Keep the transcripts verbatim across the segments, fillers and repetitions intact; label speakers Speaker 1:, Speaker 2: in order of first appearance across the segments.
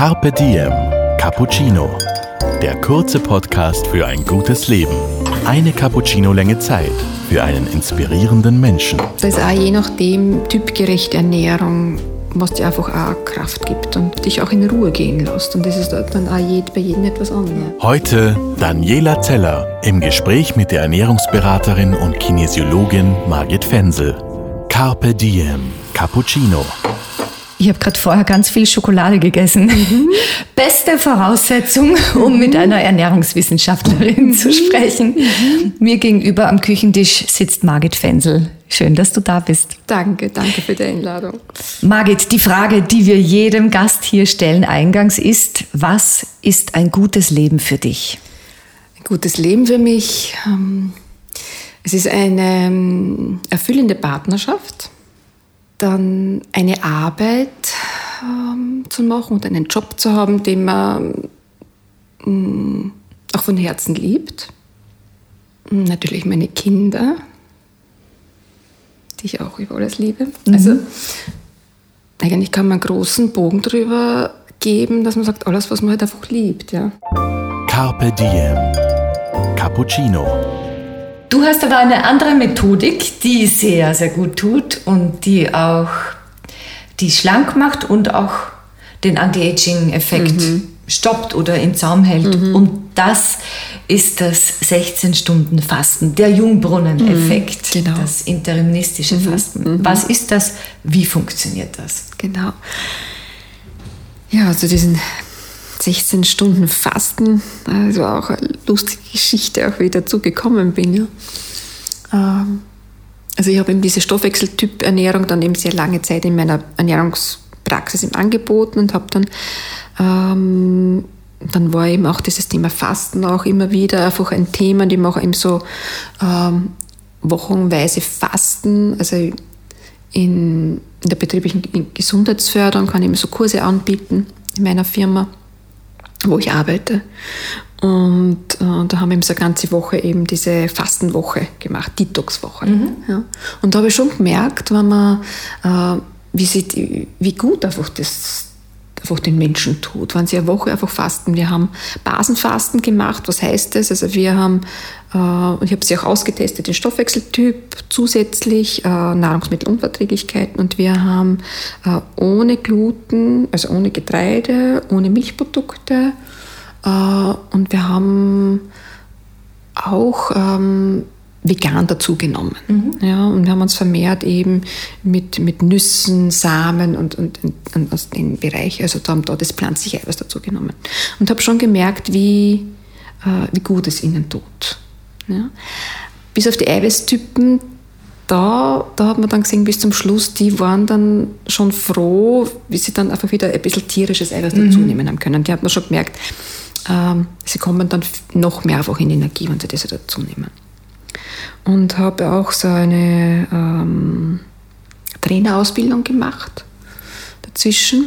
Speaker 1: Carpe Diem, Cappuccino. Der kurze Podcast für ein gutes Leben. Eine Cappuccino-Länge Zeit für einen inspirierenden Menschen.
Speaker 2: Das ist auch je nachdem typgerechte Ernährung, was dir einfach auch Kraft gibt und dich auch in Ruhe gehen lässt. Und das ist dann auch bei jedem etwas anderes.
Speaker 1: Heute Daniela Zeller im Gespräch mit der Ernährungsberaterin und Kinesiologin Margit Fensel. Carpe Diem, Cappuccino.
Speaker 3: Ich habe gerade vorher ganz viel Schokolade gegessen. Mhm. Beste Voraussetzung, um mit einer Ernährungswissenschaftlerin mhm. zu sprechen. Mhm. Mir gegenüber am Küchentisch sitzt Margit Fensel. Schön, dass du da bist.
Speaker 2: Danke, danke für die Einladung.
Speaker 3: Margit, die Frage, die wir jedem Gast hier stellen eingangs ist, was ist ein gutes Leben für dich?
Speaker 2: Ein gutes Leben für mich, ähm, es ist eine erfüllende Partnerschaft. Dann eine Arbeit ähm, zu machen und einen Job zu haben, den man ähm, auch von Herzen liebt. Natürlich meine Kinder, die ich auch über alles liebe. Mhm. Also eigentlich kann man einen großen Bogen drüber geben, dass man sagt, alles, was man halt einfach liebt. Ja.
Speaker 1: Carpe Diem, Cappuccino.
Speaker 3: Du hast aber eine andere Methodik, die sehr, sehr gut tut und die auch die schlank macht und auch den Anti-Aging-Effekt mhm. stoppt oder in Zaum hält. Mhm. Und das ist das sechzehn-Stunden-Fasten, der Jungbrunnen-Effekt,
Speaker 2: mhm, genau.
Speaker 3: das interimistische mhm. Fasten. Mhm. Was ist das? Wie funktioniert das?
Speaker 2: Genau. Ja, also diesen sechzehn Stunden Fasten, das war auch eine lustige Geschichte, auch wie ich dazu gekommen bin. Ja. Also ich habe eben diese Stoffwechseltyp-Ernährung dann eben sehr lange Zeit in meiner Ernährungspraxis im angeboten und habe dann, ähm, dann war eben auch dieses Thema Fasten auch immer wieder einfach ein Thema, und ich mache eben so ähm, wochenweise Fasten, also in, in der betrieblichen Gesundheitsförderung kann ich eben so Kurse anbieten in meiner Firma, wo ich arbeite. Und äh, da haben wir eben so eine ganze Woche eben diese Fastenwoche gemacht, Detox-Woche. Mhm. Ja. Und da habe ich schon gemerkt, wenn man, äh, wie, sie, wie gut einfach das einfach den Menschen tut, wenn sie eine Woche einfach fasten. Wir haben Basenfasten gemacht. Was heißt das? Also wir haben, äh, und ich habe sie auch ausgetestet, den Stoffwechseltyp, zusätzlich äh, Nahrungsmittelunverträglichkeiten, und wir haben äh, ohne Gluten, also ohne Getreide, ohne Milchprodukte, äh, und wir haben auch ähm, vegan dazu genommen. Mhm. Ja, und wir haben uns vermehrt eben mit, mit Nüssen, Samen und, und, und aus dem Bereich, also da haben da das pflanzliche Eiweiß dazu genommen. Und habe schon gemerkt, wie, äh, wie gut es ihnen tut. Ja. Bis auf die Eiweißtypen, da, da hat man dann gesehen, bis zum Schluss, die waren dann schon froh, wie sie dann einfach wieder ein bisschen tierisches Eiweiß dazu mhm. nehmen haben können. Die hat man schon gemerkt, ähm, sie kommen dann noch mehr einfach in Energie, wenn sie das dazu nehmen. Und habe auch so eine ähm, Trainerausbildung gemacht dazwischen.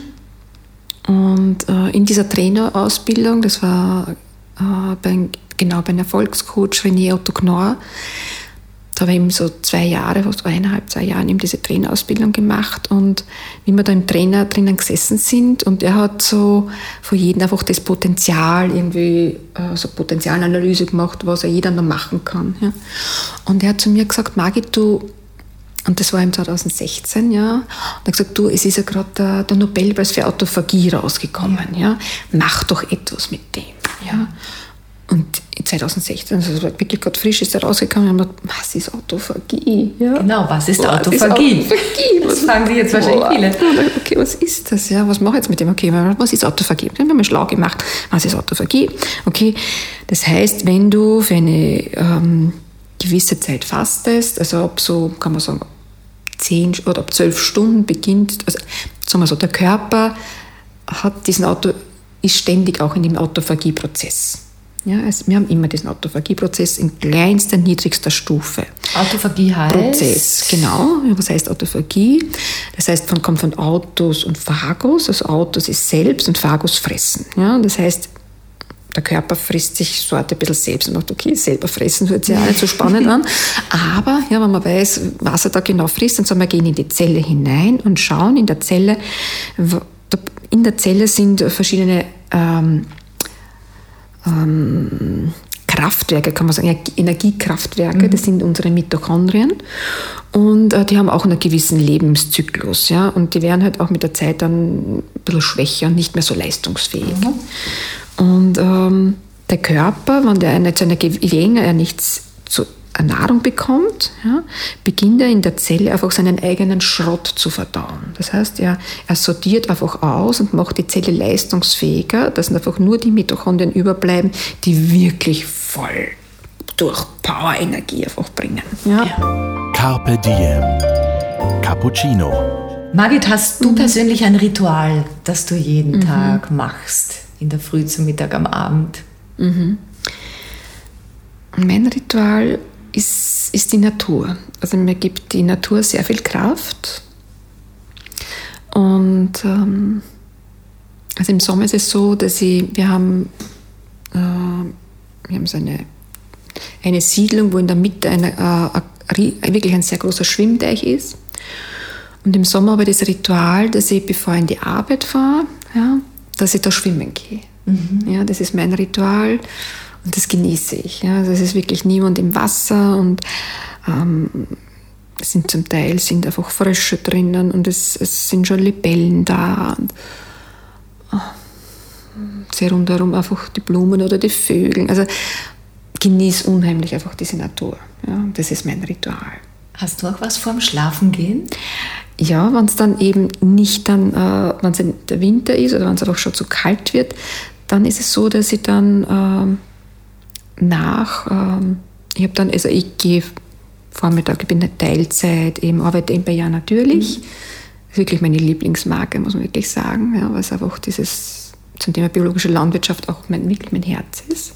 Speaker 2: Und äh, in dieser Trainerausbildung, das war äh, bei, genau bei einem Erfolgscoach René Otto Knorr, da habe ich eben so zwei Jahre, fast eineinhalb, zwei Jahre eben diese Trainerausbildung gemacht, und wie wir da im Trainer drinnen gesessen sind, und er hat so von jedem einfach das Potenzial, irgendwie äh, so Potenzialanalyse gemacht, was er jeder noch machen kann. Ja. Und er hat zu mir gesagt, Margit, du, und das war im zwanzig sechzehn, ja, und er hat gesagt, du, es ist ja gerade der, der Nobelpreis für Autophagie rausgekommen, ja, mach doch etwas mit dem, ja. Und zwanzig sechzehn, also wirklich gerade frisch ist er rausgekommen, und haben gedacht, was ist Autophagie? Ja.
Speaker 3: Genau, was ist
Speaker 2: was
Speaker 3: Autophagie?
Speaker 2: Ist Autophagie?
Speaker 3: Das fragen sich jetzt wahrscheinlich viele.
Speaker 2: Okay, was ist das? Ja, was mache ich jetzt mit dem? Okay, was ist Autophagie? Dann haben wir schlau gemacht, was ist Autophagie? Okay, das heißt, wenn du für eine ähm, gewisse Zeit fastest, also ab so, kann man sagen, zehn oder ab zwölf Stunden beginnt, also sagen wir so, der Körper hat diesen Auto, ist ständig auch in dem Autophagie-Prozess. Ja, also wir haben immer diesen Autophagie-Prozess in kleinster, niedrigster Stufe.
Speaker 3: Autophagie heißt?
Speaker 2: Prozess, genau. Was heißt Autophagie? Das heißt, man kommt von Autos und Phagus. Also Autos ist selbst und Phagus fressen. Ja, das heißt, der Körper frisst sich so ein bisschen selbst und sagt, okay, selber fressen hört sich ja nicht so spannend an. Aber ja, wenn man weiß, was er da genau frisst, dann sagen wir, gehen in die Zelle hinein und schauen in der Zelle, in der Zelle sind verschiedene ähm, ähm, Kraftwerke, kann man sagen, Energiekraftwerke, mhm. das sind unsere Mitochondrien und äh, die haben auch einen gewissen Lebenszyklus, ja, und die werden halt auch mit der Zeit dann ein bisschen schwächer und nicht mehr so leistungsfähig. Mhm. Und ähm, der Körper, wenn der nicht so eine länger er nichts zu Nahrung bekommt, ja, beginnt er in der Zelle einfach seinen eigenen Schrott zu verdauen. Das heißt, er, er sortiert einfach aus und macht die Zelle leistungsfähiger, dass einfach nur die Mitochondrien überbleiben, die wirklich voll durch Power-Energie einfach bringen. Ja.
Speaker 1: Ja. Carpe Diem. Cappuccino.
Speaker 3: Margit, hast du mhm. persönlich ein Ritual, das du jeden
Speaker 2: mhm.
Speaker 3: Tag machst? In der Früh, zum Mittag, am Abend?
Speaker 2: Mhm. Mein Ritual ist, ist die Natur. Also mir gibt die Natur sehr viel Kraft. Und ähm, also im Sommer ist es so, dass ich, wir haben, äh, wir haben so eine, eine Siedlung, wo in der Mitte eine, äh, wirklich ein sehr großer Schwimmteich ist. Und im Sommer habe ich das Ritual, dass ich, bevor ich in die Arbeit fahre, ja, dass ich da schwimmen gehe. Mhm. Ja, das ist mein Ritual. Und das genieße ich. Ja. Also es ist wirklich niemand im Wasser und ähm, es sind zum Teil sind einfach Frösche drinnen und es, es sind schon Libellen da. Und, oh, sehr rundherum einfach die Blumen oder die Vögel. Also genieße unheimlich einfach diese Natur. Ja. Das ist mein Ritual.
Speaker 3: Hast du auch was vorm Schlafengehen?
Speaker 2: Ja, wenn es dann eben nicht dann, äh, wenn es der Winter ist oder wenn es einfach schon zu kalt wird, dann ist es so, dass ich dann äh, nach, ähm, ich habe dann, also ich gehe Vormittag, ich bin eine Teilzeit, eben arbeite eben bei Ja natürlich. Mhm. Das ist wirklich meine Lieblingsmarke, muss man wirklich sagen, ja, weil es einfach dieses zum Thema biologische Landwirtschaft auch mein, wirklich mein Herz ist.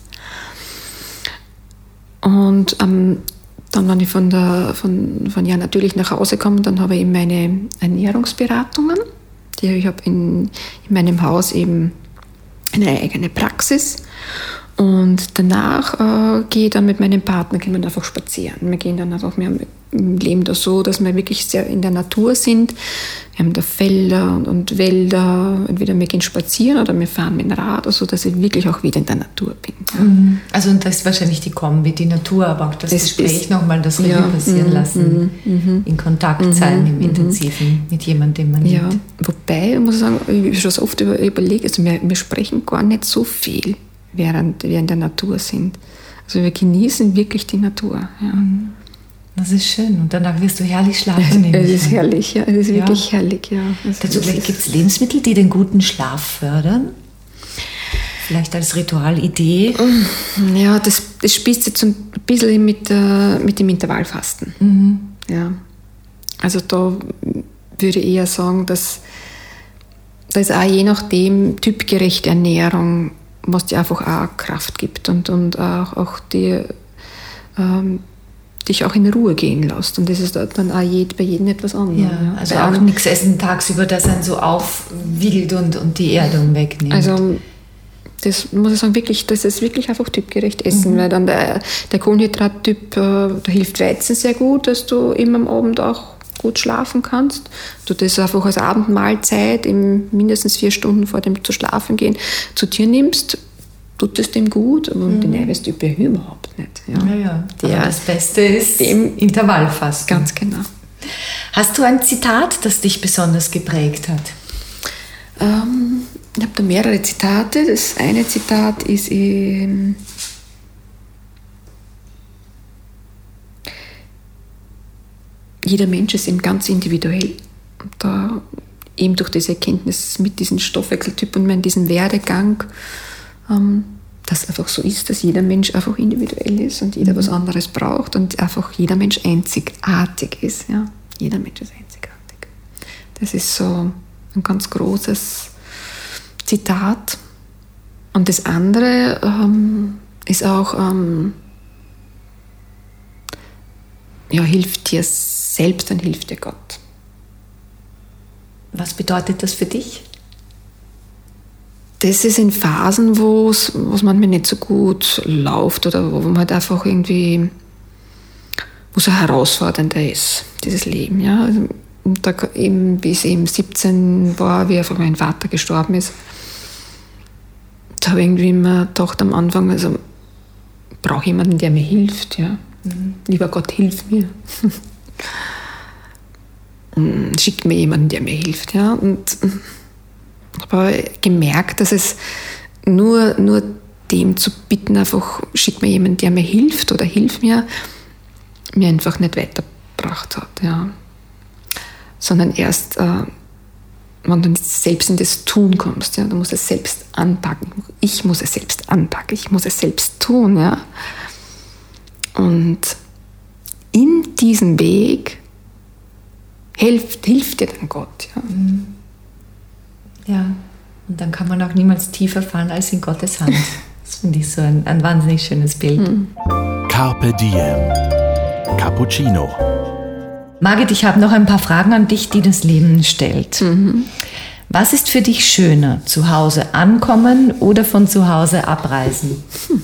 Speaker 2: Und ähm, dann, wenn ich von, der, von, von Ja natürlich nach Hause komme, dann habe ich eben meine Ernährungsberatungen. Die, ich habe in, in meinem Haus eben eine eigene Praxis. Und danach äh, gehe ich dann mit meinem Partner, gehen wir einfach spazieren. Wir gehen dann einfach, wir leben da so, dass wir wirklich sehr in der Natur sind. Wir haben da Felder und, und Wälder. Entweder wir gehen spazieren oder wir fahren mit dem Rad, also dass ich wirklich auch wieder in der Natur bin. Ja.
Speaker 3: Mhm. Also und das ist wahrscheinlich die Kombi, die Natur, aber auch das, das Gespräch nochmal, das Revue ja, passieren lassen, mhm, in Kontakt mhm, sein, im Intensiven mit jemandem, den man
Speaker 2: ja.
Speaker 3: liebt.
Speaker 2: Wobei, ich muss sagen, ich habe schon so oft über, überlegt, also wir, wir sprechen gar nicht so viel, während wir in der Natur sind. Also wir genießen wirklich die Natur. Ja.
Speaker 3: Das ist schön. Und danach wirst du herrlich schlafen.
Speaker 2: Es ist herrlich, ja. Es ist ja. wirklich herrlich, ja. Also
Speaker 3: dazu gibt es Lebensmittel, die den guten Schlaf fördern? Vielleicht als Ritualidee?
Speaker 2: Ja, das, das spießt jetzt ein bisschen mit, äh, mit dem Intervallfasten. Mhm. Ja. Also da würde ich eher sagen, dass da ist auch je nachdem typgerechte Ernährung, was dir einfach auch Kraft gibt und, und auch, auch dir, ähm, dich auch in Ruhe gehen lässt. Und das ist dann auch jed, bei jedem etwas anderes.
Speaker 3: Ja, ja. Also bei auch nichts essen tagsüber, das einen so aufwiegelt und, und die Erdung wegnimmt.
Speaker 2: Also das muss ich sagen, wirklich, das ist wirklich einfach typgerecht essen, mhm. weil dann der, der Kohlenhydrattyp, äh, da hilft Weizen sehr gut, dass du immer am Abend auch gut schlafen kannst. Du das einfach als Abendmahlzeit in mindestens vier Stunden vor dem zu schlafen gehen zu dir nimmst, tut es dem gut, aber mhm. den Eiweißtyp überhaupt nicht. Ja,
Speaker 3: ja, ja. Der, das Beste ist dem Intervallfasten.
Speaker 2: Ganz genau.
Speaker 3: Hast du ein Zitat, das dich besonders geprägt hat?
Speaker 2: Ähm, ich habe da mehrere Zitate. Das eine Zitat ist ähm, jeder Mensch ist eben ganz individuell. Und da eben durch diese Erkenntnis mit diesem Stoffwechseltyp und mit diesem Werdegang, ähm, dass einfach so ist, dass jeder Mensch einfach individuell ist und jeder mhm. was anderes braucht und einfach jeder Mensch einzigartig ist. Ja? Jeder Mensch ist einzigartig. Das ist so ein ganz großes Zitat. Und das andere ähm, ist auch, ähm, ja, hilft dir selbst, dann hilft dir Gott.
Speaker 3: Was bedeutet das für dich?
Speaker 2: Das ist in Phasen, wo es manchmal nicht so gut läuft oder wo man halt einfach irgendwie, wo es herausfordernder ist, dieses Leben. Ja? Also und da eben, bis ich eben siebzehn war, wie einfach mein Vater gestorben ist, da habe ich irgendwie immer gedacht am Anfang, also ich brauche jemanden, der mir hilft. Ja. Mhm. Lieber Gott, hilf mir. Schickt mir jemanden, der mir hilft. Ja. Und ich habe gemerkt, dass es nur, nur dem zu bitten, einfach schick mir jemanden, der mir hilft oder hilf mir, mir einfach nicht weitergebracht hat. Ja. Sondern erst, äh, wenn du selbst in das Tun kommst, ja, du musst es selbst anpacken. Ich muss es selbst anpacken, ich muss es selbst tun. Ja. Und in diesem Weg hilft, hilft dir dann Gott. Ja.
Speaker 3: Ja, und dann kann man auch niemals tiefer fallen als in Gottes Hand. Das finde ich so ein, ein wahnsinnig schönes Bild. Mhm.
Speaker 1: Carpe Diem. Cappuccino.
Speaker 3: Margit, ich habe noch ein paar Fragen an dich, die das Leben stellt. Mhm. Was ist für dich schöner, zu Hause ankommen oder von zu Hause abreisen? Hm.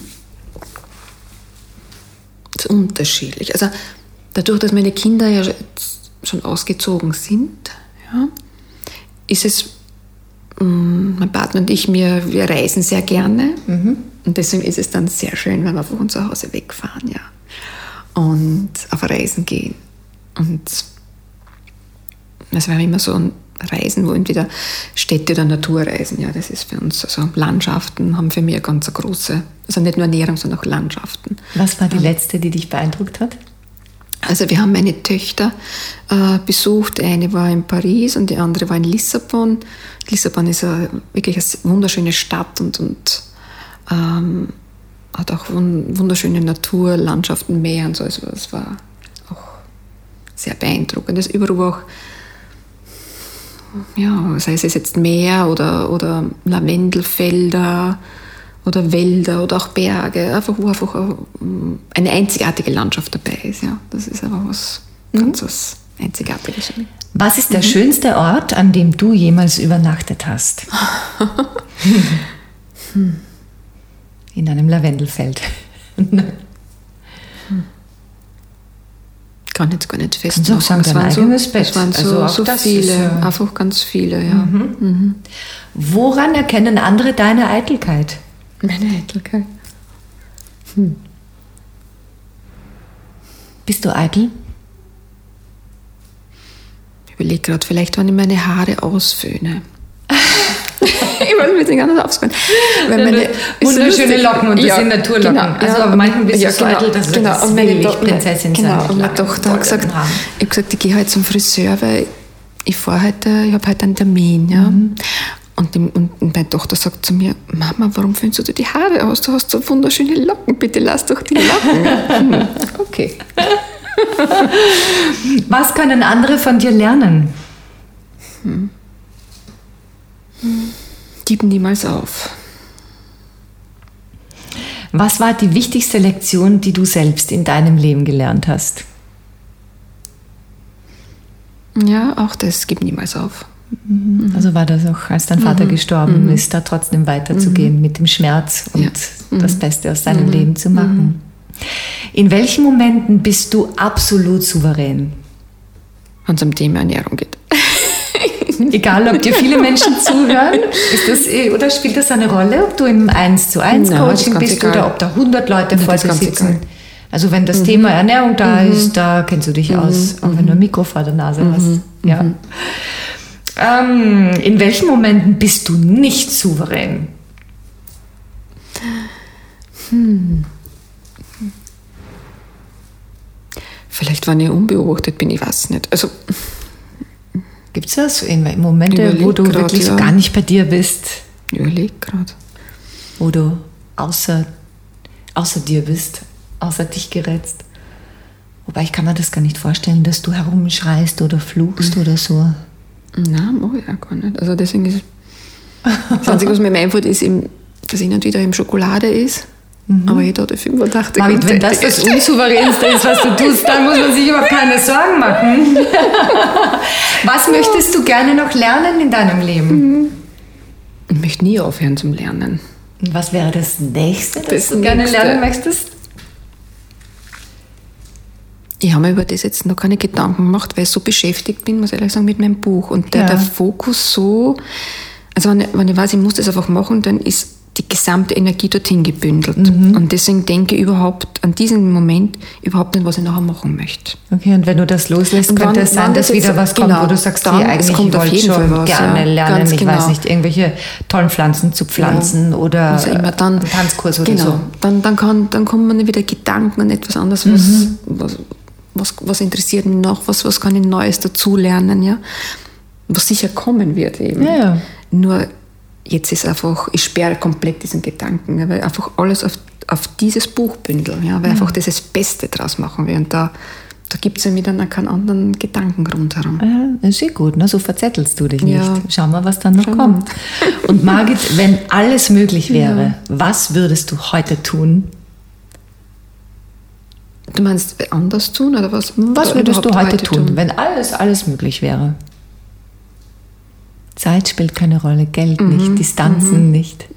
Speaker 2: Das ist unterschiedlich. Also dadurch, dass meine Kinder ja schon ausgezogen sind, ja, ist es, mh, mein Partner und ich, wir, wir reisen sehr gerne. Mhm. Und deswegen ist es dann sehr schön, wenn wir von zu Hause wegfahren, ja. Und auf Reisen gehen. Und also wir haben immer so ein Reisen, wo entweder Städte oder Naturreisen, ja, das ist für uns, also Landschaften haben für mich eine ganz große, also nicht nur Ernährung, sondern auch Landschaften.
Speaker 3: Was war die letzte, die dich beeindruckt hat?
Speaker 2: Also wir haben meine Töchter äh, besucht, eine war in Paris und die andere war in Lissabon. Lissabon ist eine, wirklich eine wunderschöne Stadt und, und ähm, hat auch wunderschöne Natur, Landschaften, Meer und so, also das war auch sehr beeindruckend. Das überall auch, ja, sei es jetzt Meer oder, oder Lavendelfelder oder Wälder oder auch Berge, einfach wo einfach eine einzigartige Landschaft dabei ist. Ja. Das ist einfach was ganz mhm. was Einzigartiges.
Speaker 3: Was ist der mhm. schönste Ort, an dem du jemals übernachtet hast? hm. In einem Lavendelfeld.
Speaker 2: Kann jetzt gar nicht fest.
Speaker 3: Kannst du auch sagen, dein eigenes Bett?
Speaker 2: Es waren so, also so viele, ist, äh, einfach ganz viele, ja. Mhm.
Speaker 3: Mhm. Woran erkennen andere deine Eitelkeit?
Speaker 2: Meine Eitelkeit? Hm.
Speaker 3: Bist du eitel?
Speaker 2: Ich überlege gerade, vielleicht, wenn ich meine Haare ausföhne. Ich weiß mir gar nicht aufschauen. Weil meine
Speaker 3: wunderschöne Locken und das
Speaker 2: ja,
Speaker 3: sind Naturlocken.
Speaker 2: Genau,
Speaker 3: also
Speaker 2: ja,
Speaker 3: aber manchmal bist
Speaker 2: ja,
Speaker 3: du so
Speaker 2: genau,
Speaker 3: eitel, dass
Speaker 2: genau,
Speaker 3: das
Speaker 2: und
Speaker 3: will
Speaker 2: meine
Speaker 3: ich Prinzessin
Speaker 2: genau,
Speaker 3: sein.
Speaker 2: Genau, und meine Tochter hat gesagt, ich habe gesagt, ich gehe heute zum Friseur, weil ich fahre heute, ich habe heute einen Termin. Ja. Mhm. Und, die, und meine Tochter sagt zu mir, Mama, warum föhnst du dir die Haare aus? Du hast so wunderschöne Locken, bitte lass doch die Locken. Okay.
Speaker 3: Was können andere von dir lernen?
Speaker 2: Hm. Gib niemals auf.
Speaker 3: Was war die wichtigste Lektion, die du selbst in deinem Leben gelernt hast?
Speaker 2: Ja, auch das, gib niemals auf.
Speaker 3: Mhm. Also war das auch, als dein Vater mhm. gestorben mhm. ist, da trotzdem weiterzugehen mhm. mit dem Schmerz und ja. das Beste aus deinem mhm. Leben zu machen. Mhm. In welchen Momenten bist du absolut souverän?
Speaker 2: Wenn es um Thema Ernährung geht.
Speaker 3: Egal, ob dir viele Menschen zuhören, ist das, oder spielt das eine Rolle, ob du im eins zu eins Coaching bist egal. Oder ob da hundert Leute vor dir sitzen? Egal. Also wenn das mhm. Thema Ernährung da mhm. ist, da kennst du dich mhm. aus, auch wenn du ein Mikro vor der Nase mhm. hast. Ja. Mhm. Ähm, in welchen Momenten bist du nicht souverän?
Speaker 2: Hm. Vielleicht, wenn ich unbeobachtet bin, ich weiß es nicht. Also,
Speaker 3: gibt es das in Momente, wo du grad, wirklich ja. so gar nicht bei dir bist?
Speaker 2: Ich überlege gerade.
Speaker 3: Wo du außer, außer dir bist, außer dich gerätst. Wobei ich kann mir das gar nicht vorstellen, dass du herumschreist oder fluchst mhm. oder so.
Speaker 2: Nein, mache ich auch gar nicht. Also deswegen ist das Einzige, was mir einfällt, ist, eben, dass hin und wieder eben Schokolade ist. Mhm. Aber jeder hat die fünfundachtzig
Speaker 3: Prozent. Wenn das das Unsouveränste ist, was du tust, dann muss man sich überhaupt keine Sorgen machen. Was möchtest du gerne noch lernen in deinem Leben?
Speaker 2: Ich möchte nie aufhören zum Lernen.
Speaker 3: Und was wäre das Nächste, das,
Speaker 2: das
Speaker 3: du gerne lernen möchtest?
Speaker 2: Ich habe mir über das jetzt noch keine Gedanken gemacht, weil ich so beschäftigt bin, muss ich ehrlich sagen, mit meinem Buch. Und der,
Speaker 3: Ja.
Speaker 2: der Fokus so, also wenn ich, wenn ich weiß, ich muss das einfach machen, dann ist die gesamte Energie dorthin gebündelt.
Speaker 3: Mhm.
Speaker 2: Und deswegen denke ich überhaupt an diesen Moment überhaupt nicht, was ich nachher machen möchte.
Speaker 3: Okay, und wenn du das loslässt,
Speaker 2: Und
Speaker 3: könnte
Speaker 2: wann-
Speaker 3: es sein,
Speaker 2: wann
Speaker 3: dass
Speaker 2: das jetzt-
Speaker 3: wieder was kommt,
Speaker 2: genau,
Speaker 3: wo du sagst,
Speaker 2: dann,
Speaker 3: hey,
Speaker 2: es
Speaker 3: eigentlich
Speaker 2: kommt auf
Speaker 3: wollte
Speaker 2: jeden
Speaker 3: schon
Speaker 2: Fall was,
Speaker 3: gerne
Speaker 2: ja,
Speaker 3: lernen,
Speaker 2: ganz
Speaker 3: ich
Speaker 2: genau.
Speaker 3: weiß nicht, irgendwelche tollen Pflanzen zu pflanzen oder
Speaker 2: Also immer dann,
Speaker 3: einen Tanzkurs oder
Speaker 2: genau,
Speaker 3: so.
Speaker 2: Dann, dann, kann, dann kommen dann wieder Gedanken an etwas anderes, was,
Speaker 3: Mhm.
Speaker 2: was, was, was interessiert mich noch, was, was kann ich Neues dazulernen, ja? Was sicher kommen wird eben.
Speaker 3: Ja, ja.
Speaker 2: Nur jetzt ist einfach, ich sperre komplett diesen Gedanken, ja, weil einfach alles auf, auf dieses Buch bündeln, ja, weil einfach das das Beste draus machen will. Und da, da gibt es ja wieder dann keinen anderen Gedanken rundherum.
Speaker 3: Ja, das ist eh gut, ne? So verzettelst du dich nicht.
Speaker 2: Ja.
Speaker 3: Schau mal, was dann noch
Speaker 2: Schauen wir
Speaker 3: kommt. Und Margit, wenn alles möglich wäre, was würdest du heute tun?
Speaker 2: Du meinst anders tun oder was?
Speaker 3: Was
Speaker 2: Oder
Speaker 3: würdest du
Speaker 2: überhaupt
Speaker 3: heute tun, wenn alles, alles möglich wäre? Zeit spielt keine Rolle, Geld nicht, Distanzen nicht.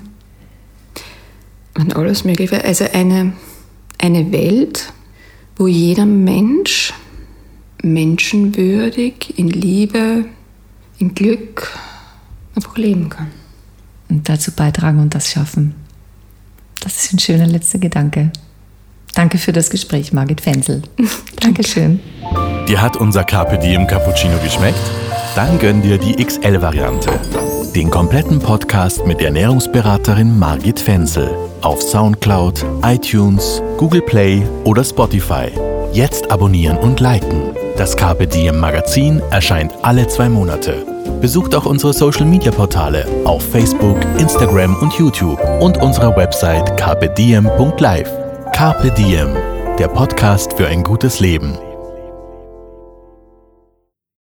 Speaker 2: Wenn alles möglich wäre. Also eine, eine Welt, wo jeder Mensch menschenwürdig, in Liebe, in Glück einfach leben kann.
Speaker 3: Und dazu beitragen und das schaffen. Das ist ein schöner letzter Gedanke. Danke für das Gespräch, Margit Fensel. Dankeschön.
Speaker 1: Dir hat unser Carpe Diem Cappuccino geschmeckt? Dann gönn dir die X L-Variante. Den kompletten Podcast mit Ernährungsberaterin Margit Fensel auf Soundcloud, iTunes, Google Play oder Spotify. Jetzt abonnieren und liken. Das Carpe Diem Magazin erscheint alle zwei Monate. Besucht auch unsere Social Media Portale auf Facebook, Instagram und YouTube und unsere Website carpe diem punkt live. Carpe Diem, der Podcast für ein gutes Leben.